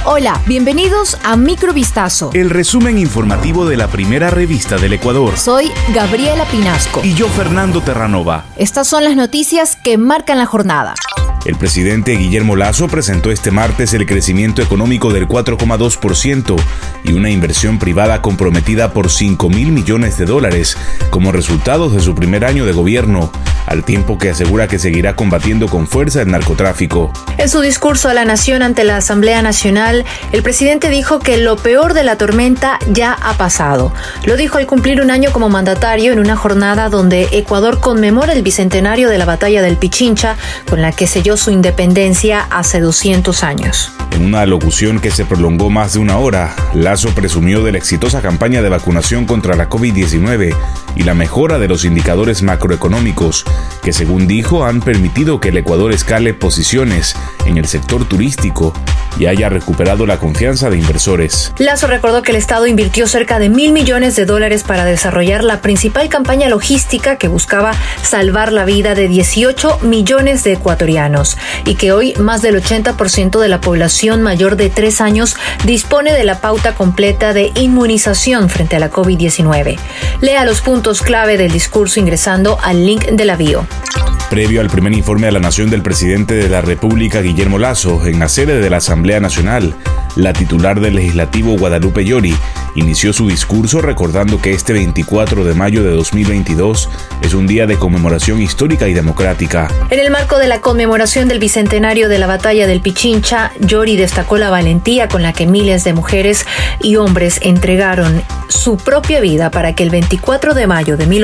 Hola, bienvenidos a Microvistazo, el resumen informativo de la primera revista del Ecuador. Soy Gabriela Pinasco. Y yo, Fernando Terranova. Estas son las noticias que marcan la jornada. El presidente Guillermo Lasso presentó este martes el crecimiento económico del 4,2% y una inversión privada comprometida por $5.000 millones como resultado de su primer año de gobierno, al tiempo que asegura que seguirá combatiendo con fuerza el narcotráfico. En su discurso a la nación ante la Asamblea Nacional, el presidente dijo que lo peor de la tormenta ya ha pasado. Lo dijo al cumplir un año como mandatario en una jornada donde Ecuador conmemora el bicentenario de la batalla del Pichincha, con la que selló su independencia hace 200 años. En una alocución que se prolongó más de una hora, Lasso presumió de la exitosa campaña de vacunación contra la COVID-19 y la mejora de los indicadores macroeconómicos, que según dijo han permitido que el Ecuador escale posiciones en el sector turístico y haya recuperado la confianza de inversores. Lasso recordó que el Estado invirtió cerca de $1.000 millones para desarrollar la principal campaña logística que buscaba salvar la vida de 18 millones de ecuatorianos y que hoy más del 80% de la población mayor de 3 años dispone de la pauta completa de inmunización frente a la COVID-19. Lea los puntos clave del discurso ingresando al link de la bio. Previo al primer informe a la nación del presidente de la República, Guillermo Lasso, en la sede de la Asamblea Nacional, la titular del Legislativo, Guadalupe Llori, inició su discurso recordando que este 24 de mayo de 2022 es un día de conmemoración histórica y democrática. En el marco de la conmemoración del bicentenario de la batalla del Pichincha, Llori destacó la valentía con la que miles de mujeres y hombres entregaron su propia vida para que el 24 de mayo de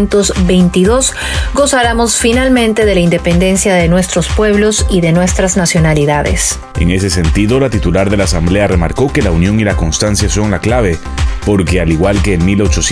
1822 gozáramos finalmente de la independencia de nuestros pueblos y de nuestras nacionalidades. En ese sentido, la titular de la Asamblea remarcó que la unión y la constancia son la clave, porque al igual que en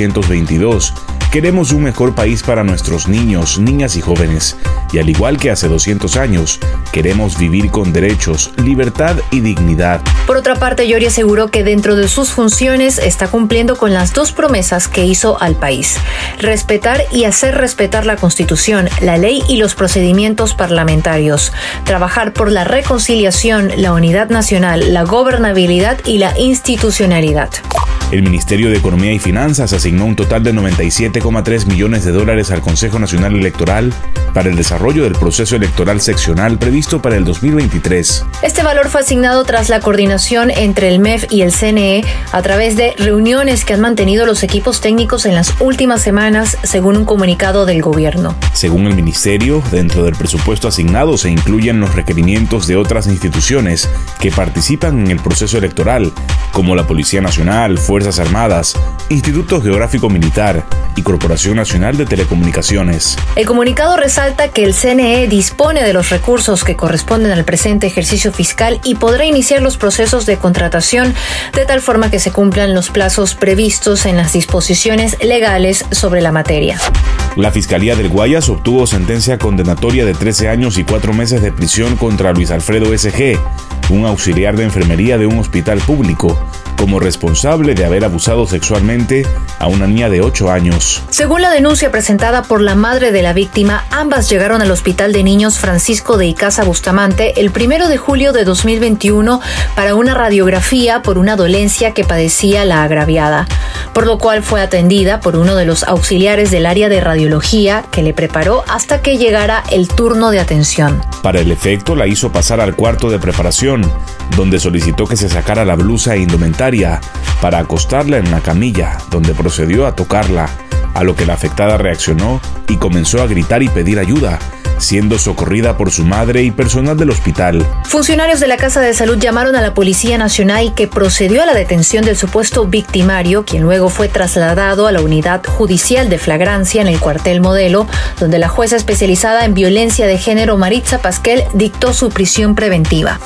1822, queremos un mejor país para nuestros niños, niñas y jóvenes, y al igual que hace 200 años, queremos vivir con derechos, libertad y dignidad. Por otra parte, Llori aseguró que dentro de sus funciones está cumpliendo con las dos promesas que hizo al país: respetar y hacer respetar la Constitución, la ley y los procedimientos parlamentarios, trabajar por la reconciliación, la unidad nacional, la gobernabilidad y la institucionalidad. El Ministerio de Economía y Finanzas asignó un total de $97,3 millones al Consejo Nacional Electoral para el desarrollo del proceso electoral seccional previsto para el 2023. Este valor fue asignado tras la coordinación entre el MEF y el CNE a través de reuniones que han mantenido los equipos técnicos en las últimas semanas, según un comunicado del gobierno. Según el ministerio, dentro del presupuesto asignado se incluyen los requerimientos de otras instituciones que participan en el proceso electoral, como la Policía Nacional, Fuerzas Armadas, Instituto Geográfico Militar y Corporación Nacional de Telecomunicaciones. El comunicado resalta que el CNE dispone de los recursos que corresponden al presente ejercicio fiscal y podrá iniciar los procesos de contratación de tal forma que se cumplan los plazos previstos en las disposiciones legales sobre la materia. La Fiscalía del Guayas obtuvo sentencia condenatoria de 13 años y 4 meses de prisión contra Luis Alfredo S.G., un auxiliar de enfermería de un hospital público, como responsable de haber abusado sexualmente a una niña de 8 años. Según la denuncia presentada por la madre de la víctima, ambas llegaron al Hospital de Niños Francisco de Icaza Bustamante el 1 de julio de 2021 para una radiografía por una dolencia que padecía la agraviada, por lo cual fue atendida por uno de los auxiliares del área de radiología que le preparó hasta que llegara el turno de atención. Para el efecto, la hizo pasar al cuarto de preparación, donde solicitó que se sacara la blusa e indumentaria para acostarla en la camilla, donde procedió a tocarla, a lo que la afectada reaccionó y comenzó a gritar y pedir ayuda, siendo socorrida por su madre y personal del hospital. Funcionarios de la Casa de Salud llamaron a la Policía Nacional, que procedió a la detención del supuesto victimario, quien luego fue trasladado a la unidad judicial de flagrancia en el cuartel Modelo, donde la jueza especializada en violencia de género Maritza Pasquel dictó su prisión preventiva.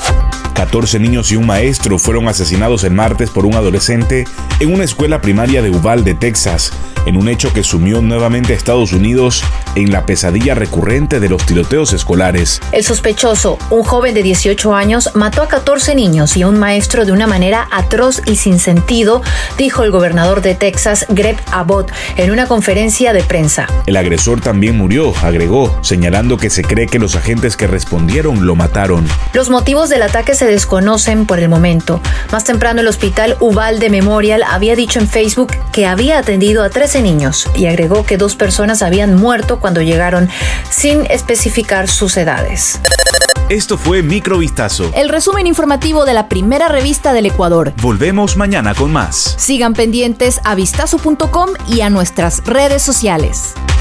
14 niños y un maestro fueron asesinados el martes por un adolescente en una escuela primaria de Uvalde, Texas, en un hecho que sumió nuevamente a Estados Unidos en la pesadilla recurrente de los tiroteos escolares. El sospechoso, un joven de 18 años, mató a 14 niños y a un maestro de una manera atroz y sin sentido, dijo el gobernador de Texas, Greg Abbott, en una conferencia de prensa. El agresor también murió, agregó, señalando que se cree que los agentes que respondieron lo mataron. Los motivos del ataque se se desconocen por el momento. Más temprano, el Hospital Uvalde Memorial había dicho en Facebook que había atendido a 13 niños y agregó que 2 personas habían muerto cuando llegaron, sin especificar sus edades. Esto fue Microvistazo, El resumen informativo de la primera revista del Ecuador. volvemos mañana con más. Sigan pendientes a vistazo.com y a nuestras redes sociales.